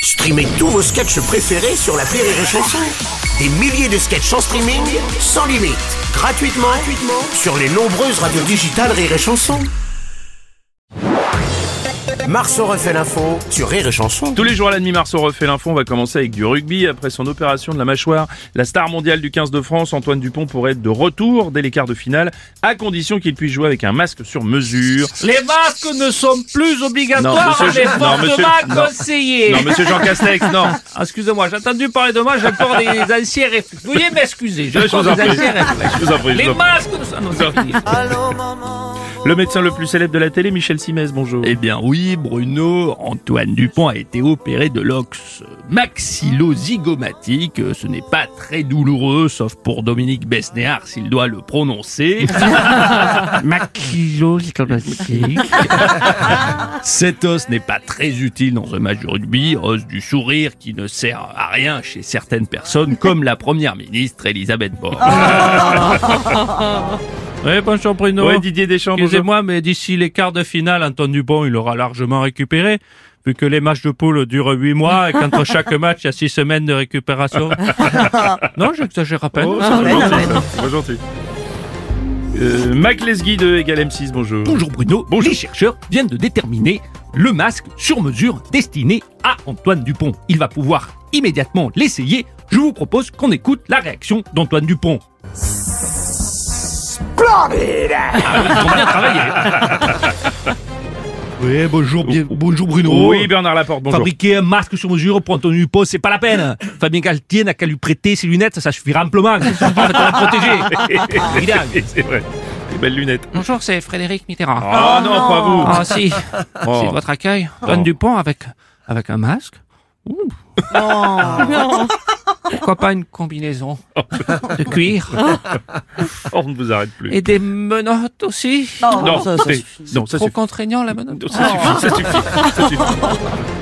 Streamez tous vos sketchs préférés sur l'appli Rire et Chanson. Des milliers de sketchs en streaming, sans limite, gratuitement sur les nombreuses radios digitales Rire et Chanson. Marceau refait l'info sur Rire et Chanson. Tous les jours à la demi, Marceau refait l'info. On va commencer avec du rugby. Après son opération de la mâchoire, la star mondiale du 15 de France, Antoine Dupont, pourrait être de retour dès les quarts de finale, à condition qu'il puisse jouer avec un masque sur mesure. Les masques ne sont plus obligatoires, mais fortement conseillés. Non, monsieur Jean Castex, non. Ah, excusez-moi, j'ai entendu parler de moi, j'ai encore des anciens réflexes. Veuillez m'excuser, j'ai Je vous encore en des prie. anciens réflexes. Je vous en prie, je Les vous en prie. masques ne sont... Non, c'est fini. Le médecin le plus célèbre de la télé, Michel Simès, bonjour. Eh bien oui, Bruno, Antoine Dupont a été opéré de l'ox maxillozygomatique. Ce n'est pas très douloureux, sauf pour Dominique Besnéard s'il doit le prononcer. Maxillozygomatique. Cet os n'est pas très utile dans un match de rugby, os du sourire qui ne sert à rien chez certaines personnes, comme la première ministre Elisabeth Borne. Oui, bonjour Bruno. Ouais, Didier Deschamps, bonjour. Excusez-moi, mais d'ici les quarts de finale, Antoine Dupont, il aura largement récupéré, vu que les matchs de poule durent 8 mois et qu'entre chaque match, il y a 6 semaines de récupération. Non, j'exagère à peine. Oh, c'est pas gentil. Mac Lesguy de Égal M6, bonjour. Bonjour Bruno, les chercheurs viennent de déterminer le masque sur mesure destiné à Antoine Dupont. Il va pouvoir immédiatement l'essayer. Je vous propose qu'on écoute la réaction d'Antoine Dupont. Splendide. Ils ont bien travaillé. Oui, bonjour Bruno. Oui, Bernard Laporte, bonjour. Fabriquer un masque sur mesure pour Antoine Dupont, c'est pas la peine. Fabien Galtier n'a qu'à lui prêter ses lunettes, ça suffira amplement. Ils sont parfaitement protégés. Évidemment. C'est vrai. Des belles lunettes. Bonjour, c'est Frédéric Mitterrand. Oh non, pas vous. Ah si, Oh. c'est votre accueil. Antoine Dupont avec un masque. Ouh. Non. Pourquoi pas une combinaison de cuir On ne vous arrête plus. et des menottes aussi. Non, ça Trop suffit. contraignant la menotte. Ça suffit.